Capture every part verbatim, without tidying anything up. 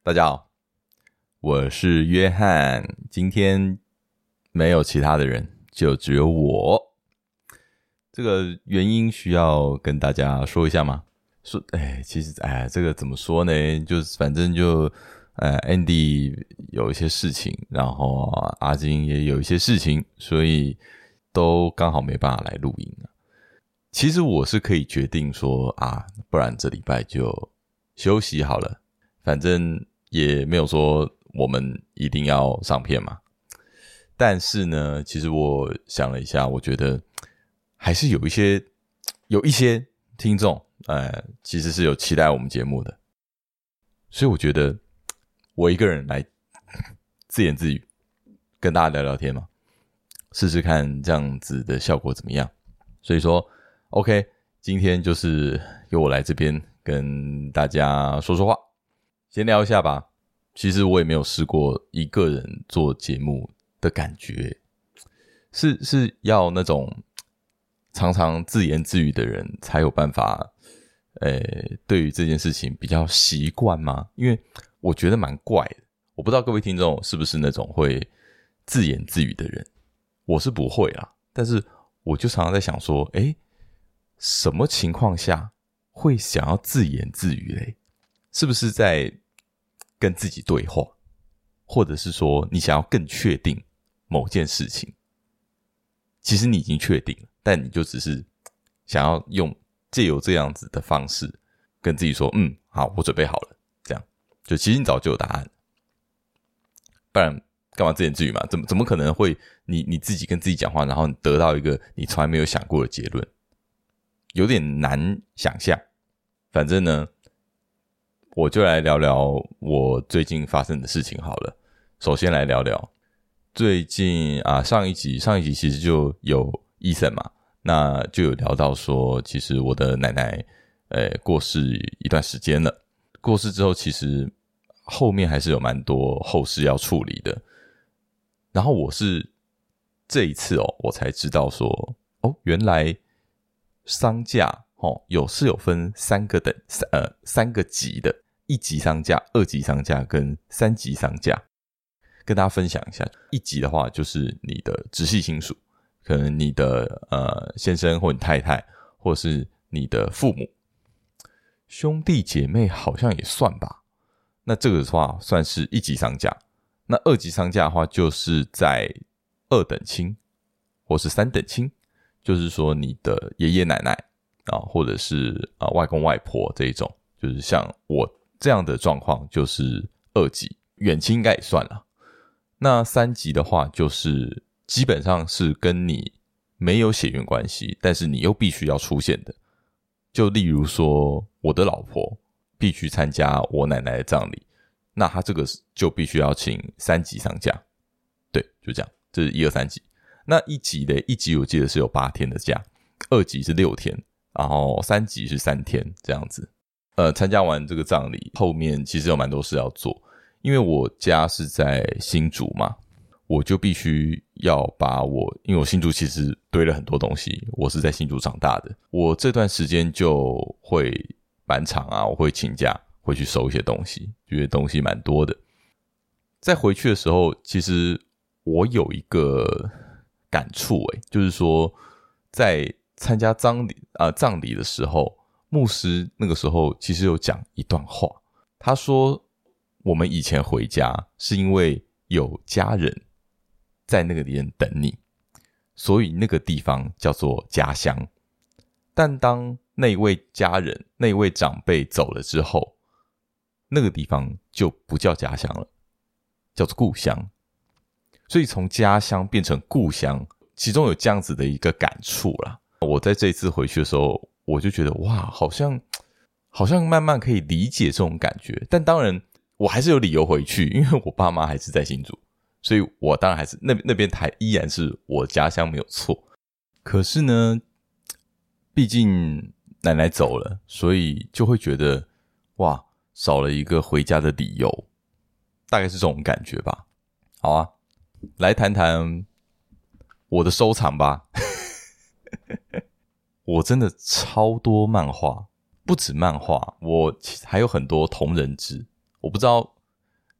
大家好，我是约翰，今天没有其他的人，就只有我。这个原因需要跟大家说一下吗？说，哎，其实，哎，这个怎么说呢？就是反正就，呃 ，Andy 有一些事情，然后阿金也有一些事情，所以都刚好没办法来录音了。其实我是可以决定说啊，不然这礼拜就休息好了，反正也没有说我们一定要上片嘛。但是呢，其实我想了一下，我觉得还是有一些有一些听众，呃，其实是有期待我们节目的，所以我觉得我一个人来自言自语，跟大家聊聊天嘛，试试看这样子的效果怎么样。所以说 ，OK， 今天就是由我来这边跟大家说说话，先聊一下吧。其实我也没有试过一个人做节目的感觉，是是要那种常常自言自语的人才有办法，呃，对于这件事情比较习惯吗？因为我觉得蛮怪的，我不知道各位听众是不是那种会自言自语的人，我是不会啦，但是我就常常在想说，诶，什么情况下会想要自言自语嘞？是不是在跟自己对话，或者是说你想要更确定某件事情，其实你已经确定了，但你就只是想要用藉由这样子的方式跟自己说，嗯，好，我准备好了，这样就其实你早就有答案，不然干嘛自言自语嘛？怎么怎么可能会你你自己跟自己讲话，然后你得到一个你从来没有想过的结论，有点难想象。反正呢，我就来聊聊我最近发生的事情好了。首先来聊聊最近啊，上一集上一集其实就有医生嘛，那就有聊到说，其实我的奶奶呃过世一段时间了，过世之后其实后面还是有蛮多后事要处理的。然后我是这一次哦，我才知道说，哦，原来丧假哦有是有分三个等呃三个级的，一级丧假、二级丧假跟三级丧假。跟大家分享一下，一级的话就是你的直系亲属，可能你的呃先生或你太太，或是你的父母，兄弟姐妹好像也算吧。那这个的话算是一级丧假。那二级丧假的话，就是在二等亲或是三等亲，就是说你的爷爷奶奶啊，或者是啊外公外婆这一种，就是像我这样的状况，就是二级，远亲应该也算了。那三级的话，就是基本上是跟你没有血缘关系，但是你又必须要出现的。就例如说，我的老婆必须参加我奶奶的葬礼，那她这个就必须要请三级丧假。对，就这样，这是一二三级。那一级的一级我记得是有八天的假，二级是六天，然后三级是三天这样子。呃，参加完这个葬礼，后面其实有蛮多事要做。因为我家是在新竹嘛，我就必须要把我，因为我新竹其实堆了很多东西，我是在新竹长大的，我这段时间就会返场啊，我会请假回去收一些东西，觉得东西蛮多的。在回去的时候，其实我有一个感触诶，就是说在参加葬礼啊、呃、葬礼的时候，牧师那个时候其实有讲一段话，他说我们以前回家是因为有家人在那个地方等你，所以那个地方叫做家乡。但当那位家人、那位长辈走了之后，那个地方就不叫家乡了，叫做故乡。所以从家乡变成故乡，其中有这样子的一个感触啦。我在这一次回去的时候，我就觉得哇，好像好像慢慢可以理解这种感觉。但当然我还是有理由回去，因为我爸妈还是在新竹，所以我当然还是那那边还依然是我家乡没有错。可是呢，毕竟奶奶走了，所以就会觉得哇，少了一个回家的理由，大概是这种感觉吧。好啊，来谈谈我的收藏吧。我真的超多漫画，不止漫画，我还有很多同人志。我不知道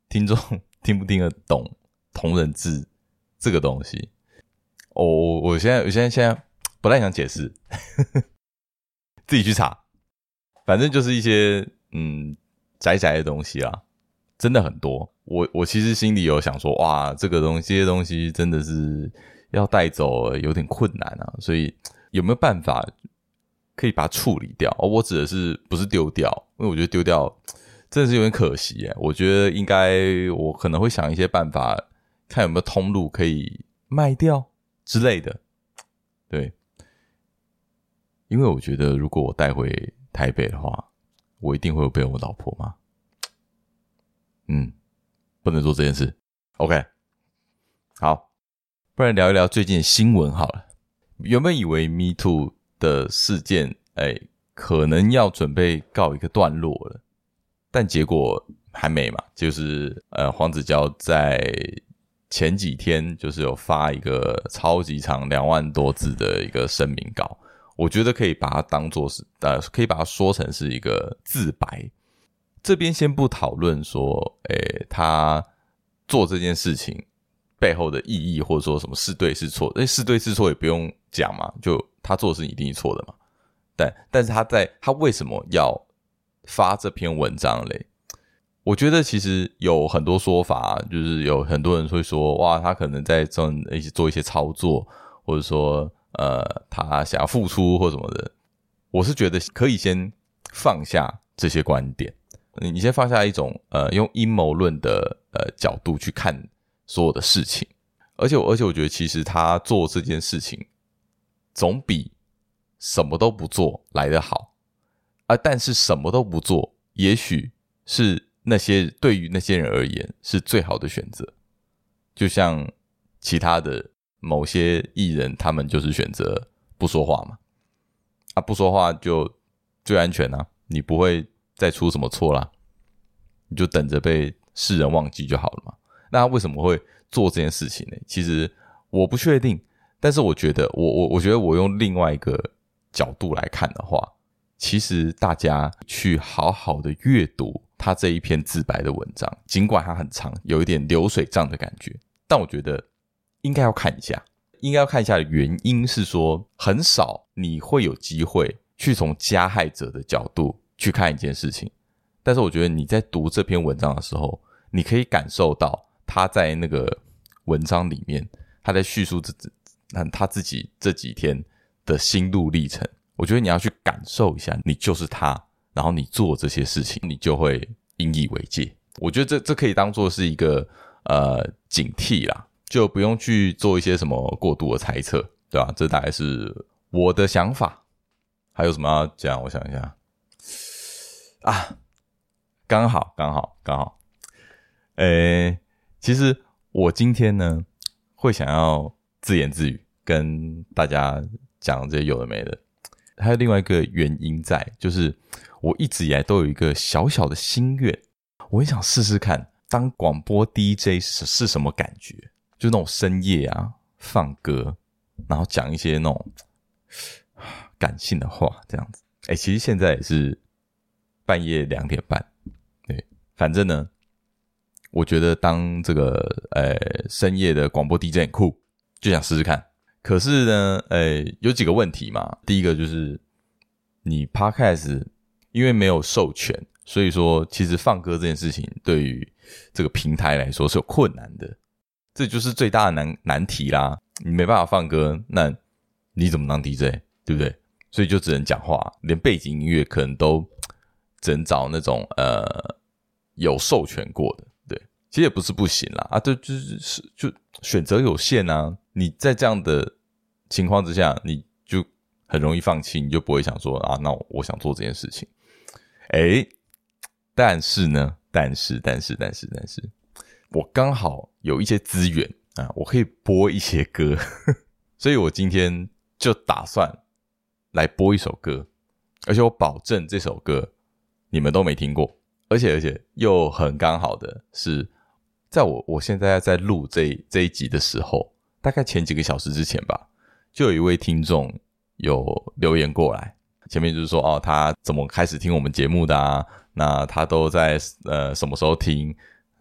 听众听不听得懂同人志这个东西。哦，我我现在我现在现在不太想解释，自己去查。反正就是一些嗯宅宅的东西啦，真的很多。我我其实心里有想说，哇，这个东西这些东西真的是要带走有点困难啊，所以有没有办法可以把它处理掉？哦，我指的是不是丢掉？因为我觉得丢掉真的是有点可惜耶。我觉得应该我可能会想一些办法，看有没有通路可以卖掉之类的。对，因为我觉得如果我带回台北的话，我一定会有被我老婆骂。嗯，不能做这件事。OK， 好，不然聊一聊最近的新闻好了。原本以为 Me Too 的事件，哎，可能要准备告一个段落了，但结果还没嘛。就是呃，黄子佼在前几天就是有发一个超级长两万多字的一个声明稿。我觉得可以把它当作是呃，可以把它说成是一个自白。这边先不讨论说，诶，他做这件事情背后的意义，或者说什么是对是错，诶，是对是错也不用讲嘛，就他做的事情一定是错的嘛。但但是他在他为什么要发这篇文章嘞？我觉得其实有很多说法，就是有很多人会说，哇，他可能在做一些做一些操作，或者说。呃，他想要付出或什么的，我是觉得可以先放下这些观点，你先放下一种呃用阴谋论的呃角度去看所有的事情，而且而且我觉得其实他做这件事情总比什么都不做来得好啊，但是什么都不做，也许是那些对于那些人而言是最好的选择，就像其他的。某些艺人他们就是选择不说话嘛，啊不说话就最安全啊，你不会再出什么错啦，你就等着被世人忘记就好了嘛。那他为什么会做这件事情呢？其实我不确定，但是我觉得我我我觉得我用另外一个角度来看的话，其实大家去好好的阅读他这一篇自白的文章，尽管它很长，有一点流水账的感觉，但我觉得应该要看一下，应该要看一下的原因是说，很少你会有机会去从加害者的角度去看一件事情。但是我觉得你在读这篇文章的时候，你可以感受到他在那个文章里面，他在叙述他自己这几天的心路历程。我觉得你要去感受一下，你就是他，然后你做这些事情，你就会引以为戒。我觉得这这可以当作是一个呃警惕啦。就不用去做一些什么过度的猜测，对吧？这大概是我的想法。还有什么要讲？我想一下啊，刚好，刚好，刚好。诶，其实我今天呢，会想要自言自语，跟大家讲这些有的没的。还有另外一个原因在，就是我一直以来都有一个小小的心愿，我很想试试看当广播 D J 是是什么感觉。就那种深夜啊，放歌，然后讲一些那种感性的话，这样子。哎，其实现在也是半夜两点半，对，反正呢，我觉得当这个呃深夜的广播 D J 很酷，就想试试看。可是呢，呃，有几个问题嘛。第一个就是你 Podcast 因为没有授权，所以说其实放歌这件事情对于这个平台来说是有困难的。这就是最大的 难, 难题啦，你没办法放歌，那你怎么当 D J， 对不对？所以就只能讲话，连背景音乐可能都只能找那种呃有授权过的，对，其实也不是不行啦，啊，对，就是就选择有限啊，你在这样的情况之下，你就很容易放弃，你就不会想说啊，那我想做这件事情，诶，但是呢，但是，但是，但是，但是。我刚好有一些资源啊，我可以播一些歌，所以我今天就打算来播一首歌，而且我保证这首歌你们都没听过，而且而且又很刚好的是，在我我现在在录这这一集的时候，大概前几个小时之前吧，就有一位听众有留言过来，前面就是说哦，他怎么开始听我们节目的啊？那他都在呃什么时候听？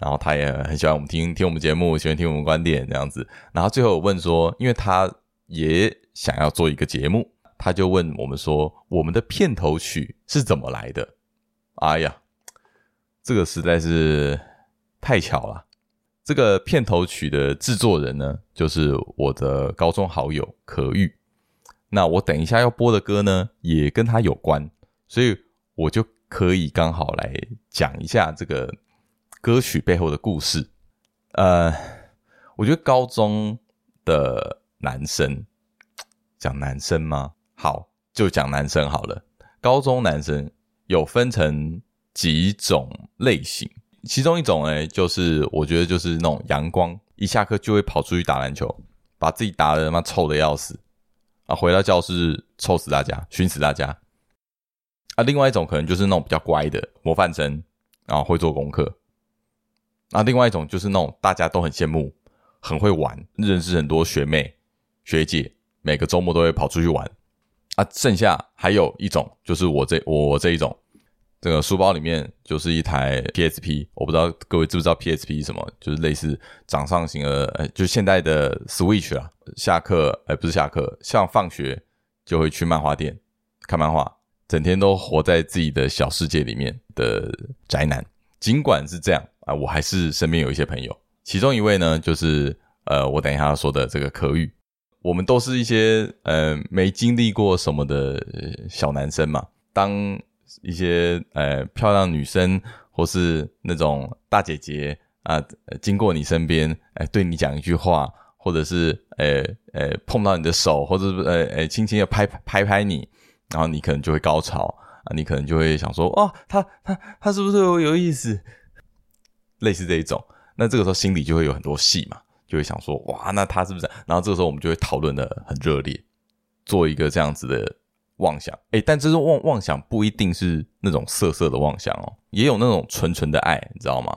然后他也很喜欢我们听听我们节目，喜欢听我们观点这样子。然后最后我问说，因为他也想要做一个节目，他就问我们说，我们的片头曲是怎么来的？哎呀，这个实在是太巧了。这个片头曲的制作人呢，就是我的高中好友可玉。那我等一下要播的歌呢，也跟他有关，所以我就可以刚好来讲一下这个歌曲背后的故事。呃，我觉得高中的男生，讲男生吗？好，就讲男生好了。高中男生有分成几种类型，其中一种呢，就是我觉得就是那种阳光，一下课就会跑出去打篮球，把自己打得他妈臭得要死啊，回到教室臭死大家，熏死大家啊。另外一种可能就是那种比较乖的模范生，然后会做功课。那另外一种就是那种大家都很羡慕，很会玩，认识很多学妹学姐，每个周末都会跑出去玩啊。剩下还有一种就是我这我这一种，这个书包里面就是一台 P S P， 我不知道各位知不知道 P S P 是什么，就是类似掌上型的，呃，就是现代的 Switch 啦。下课，哎，不是下课，像放学就会去漫画店看漫画，整天都活在自己的小世界里面的宅男。尽管是这样啊，我还是身边有一些朋友，其中一位呢，就是呃，我等一下要说的这个可玉。我们都是一些呃没经历过什么的小男生嘛，当一些呃漂亮女生或是那种大姐姐啊、呃，经过你身边，哎、呃，对你讲一句话，或者是呃呃碰到你的手，或者是呃呃轻轻的拍拍拍你，然后你可能就会高潮。啊，你可能就会想说，哦，他他他是不是对我有意思？类似这一种，那这个时候心里就会有很多戏嘛，就会想说，哇，那他是不是？然后这个时候我们就会讨论的很热烈，做一个这样子的妄想。诶，但这是妄妄想不一定是那种色色的妄想哦，也有那种纯纯的爱，你知道吗？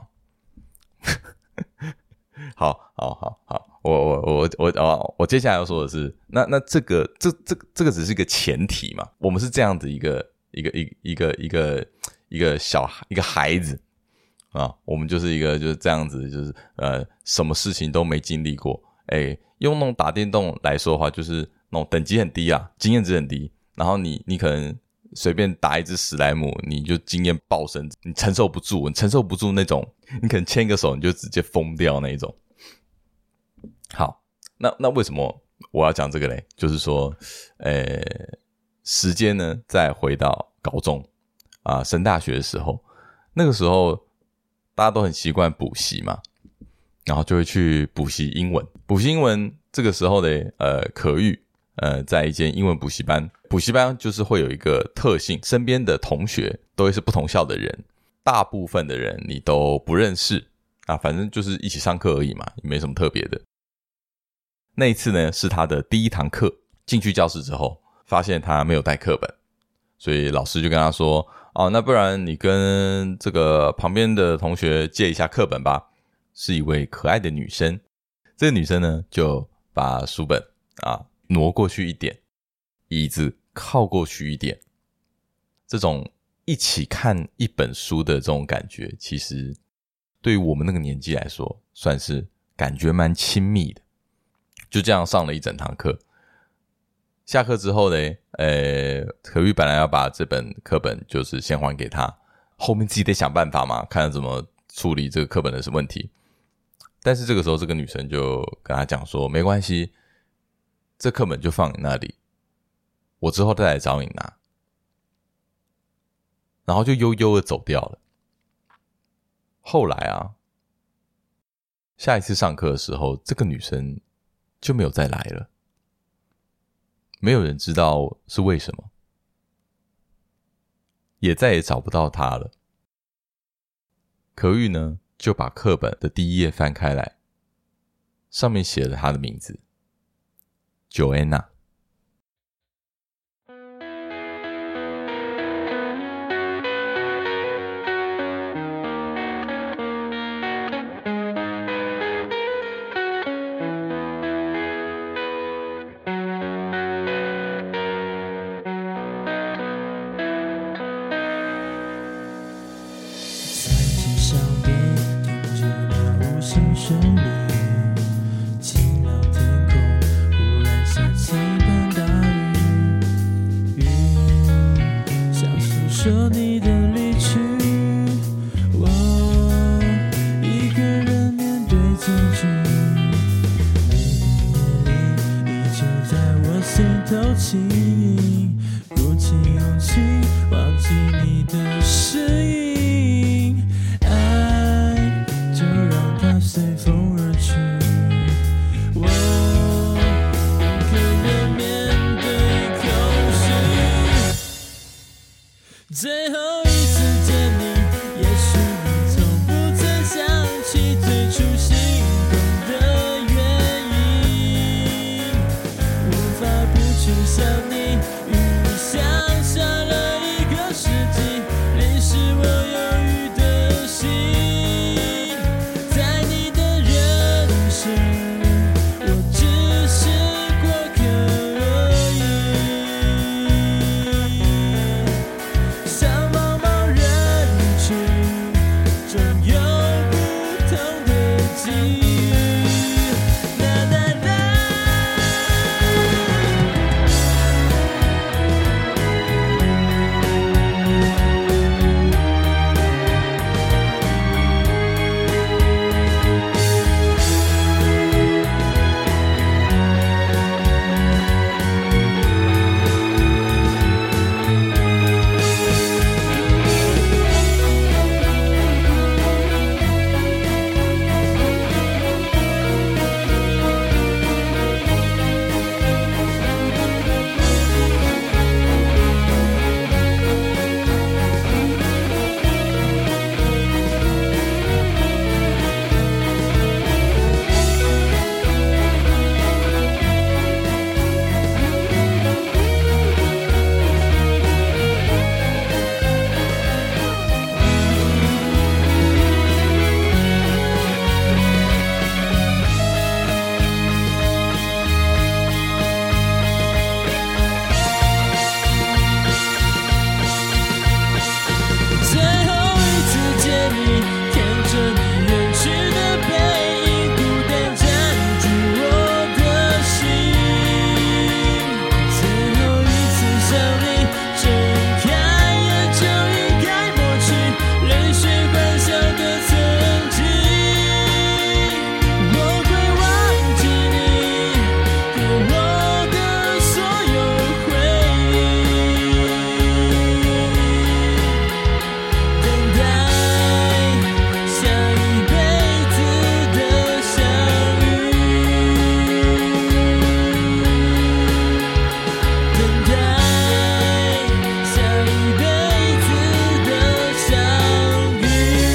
好好好好，我我我我我我接下来要说的是，那那这个这这这个只是一个前提嘛，我们是这样子一个。一个一一个一个一个小一个孩子啊，我们就是一个就是这样子，就是呃，什么事情都没经历过。哎，用那种打电动来说的话，就是那种等级很低啊，经验值很低。然后你你可能随便打一只史莱姆，你就经验爆升，你承受不住，你承受不住那种，你可能牵个手你就直接疯掉那一种。好，那那为什么我要讲这个嘞？就是说，呃。时间呢，再回到高中啊，升大学的时候，那个时候大家都很习惯补习嘛，然后就会去补习英文。补习英文这个时候的呃，可玉呃，在一间英文补习班，补习班就是会有一个特性，身边的同学都会是不同校的人，大部分的人你都不认识啊，反正就是一起上课而已嘛，也没什么特别的。那一次呢，是他的第一堂课，进去教室之后。发现他没有带课本，所以老师就跟他说，哦，那不然你跟这个旁边的同学借一下课本吧。是一位可爱的女生，这个女生呢就把书本啊挪过去一点，椅子靠过去一点，这种一起看一本书的这种感觉，其实对于我们那个年纪来说，算是感觉蛮亲密的。就这样上了一整堂课。下课之后呢，呃，可玉本来要把这本课本就是先还给他，后面自己得想办法嘛，看怎么处理这个课本的问题。但是这个时候，这个女生就跟他讲说，没关系，这课本就放你那里，我之后再来找你拿。然后就悠悠的走掉了。后来啊，下一次上课的时候，这个女生就没有再来了。没有人知道是为什么，也再也找不到他了。可玉呢，就把课本的第一页翻开来，上面写了他的名字 Joanna。 在街上边听着随透气，鼓起勇气忘记你的身影，爱就让它随风而去，我一个人面对空虚。最后一次见你，也许你从不曾想起最初心动的原因，无法不去想你，与你相差了一个世纪，淋湿我犹豫的心，在你的人生，我只是过客而已，像茫茫人群中有不同的际遇，啦啦啦。最后一次见你，看着你远去的背影，孤单占据我的心。最后一次想你，睁开眼就应该抹去泪水欢笑的曾经。我会忘记你给我的所有回忆，等待下一辈子的相遇，等待下一辈子的相遇。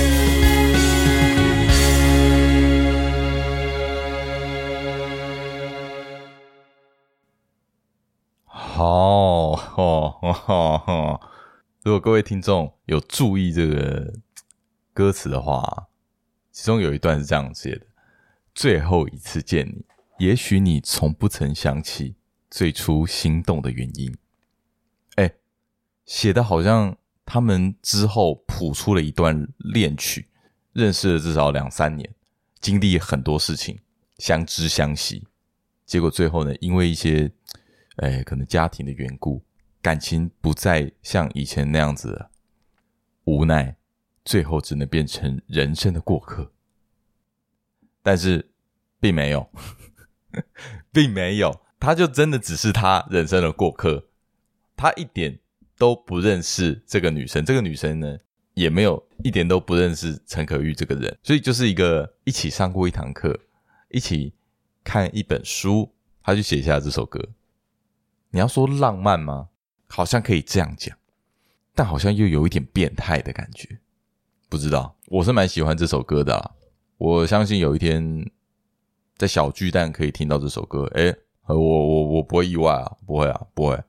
好，吼吼吼吼如果各位听众有注意这个歌词的话，其中有一段是这样写的：最后一次见你，也许你从不曾想起最初心动的原因。哎，写的好像他们之后谱出了一段恋曲，认识了至少两三年，经历很多事情，相知相惜，结果最后呢，因为一些哎，可能家庭的缘故，感情不再像以前那样子了，无奈最后只能变成人生的过客。但是并没有并没有，他就真的只是他人生的过客，他一点都不认识这个女生，这个女生呢也没有一点都不认识陈可玉这个人，所以就是一个一起上过一堂课，一起看一本书，他就写下这首歌。你要说浪漫吗？好像可以这样讲，但好像又有一点变态的感觉，不知道，我是蛮喜欢这首歌的啦。我相信有一天在小巨蛋可以听到这首歌，诶我我我不会意外啊，不会啊，不会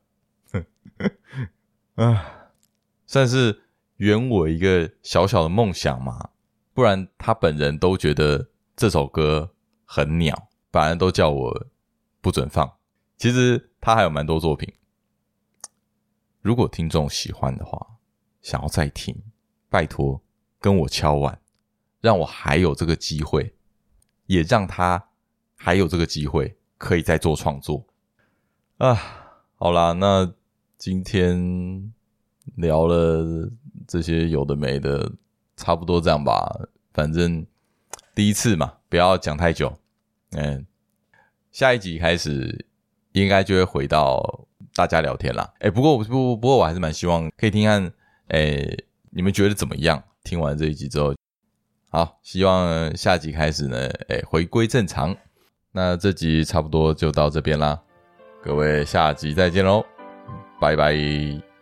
啊，算是圆我一个小小的梦想嘛，不然他本人都觉得这首歌很鸟，反而都叫我不准放。其实他还有蛮多作品，如果听众喜欢的话，想要再听，拜托跟我敲碗，让我还有这个机会，也让他还有这个机会可以再做创作啊。好啦，那今天聊了这些有的没的，差不多这样吧，反正第一次嘛，不要讲太久。嗯，下一集开始应该就会回到大家聊天啦。诶不过不不不过我还是蛮希望可以听看诶你们觉得怎么样，听完这一集之后。好，希望下集开始呢诶回归正常。那这集差不多就到这边啦，各位下集再见咯，拜拜。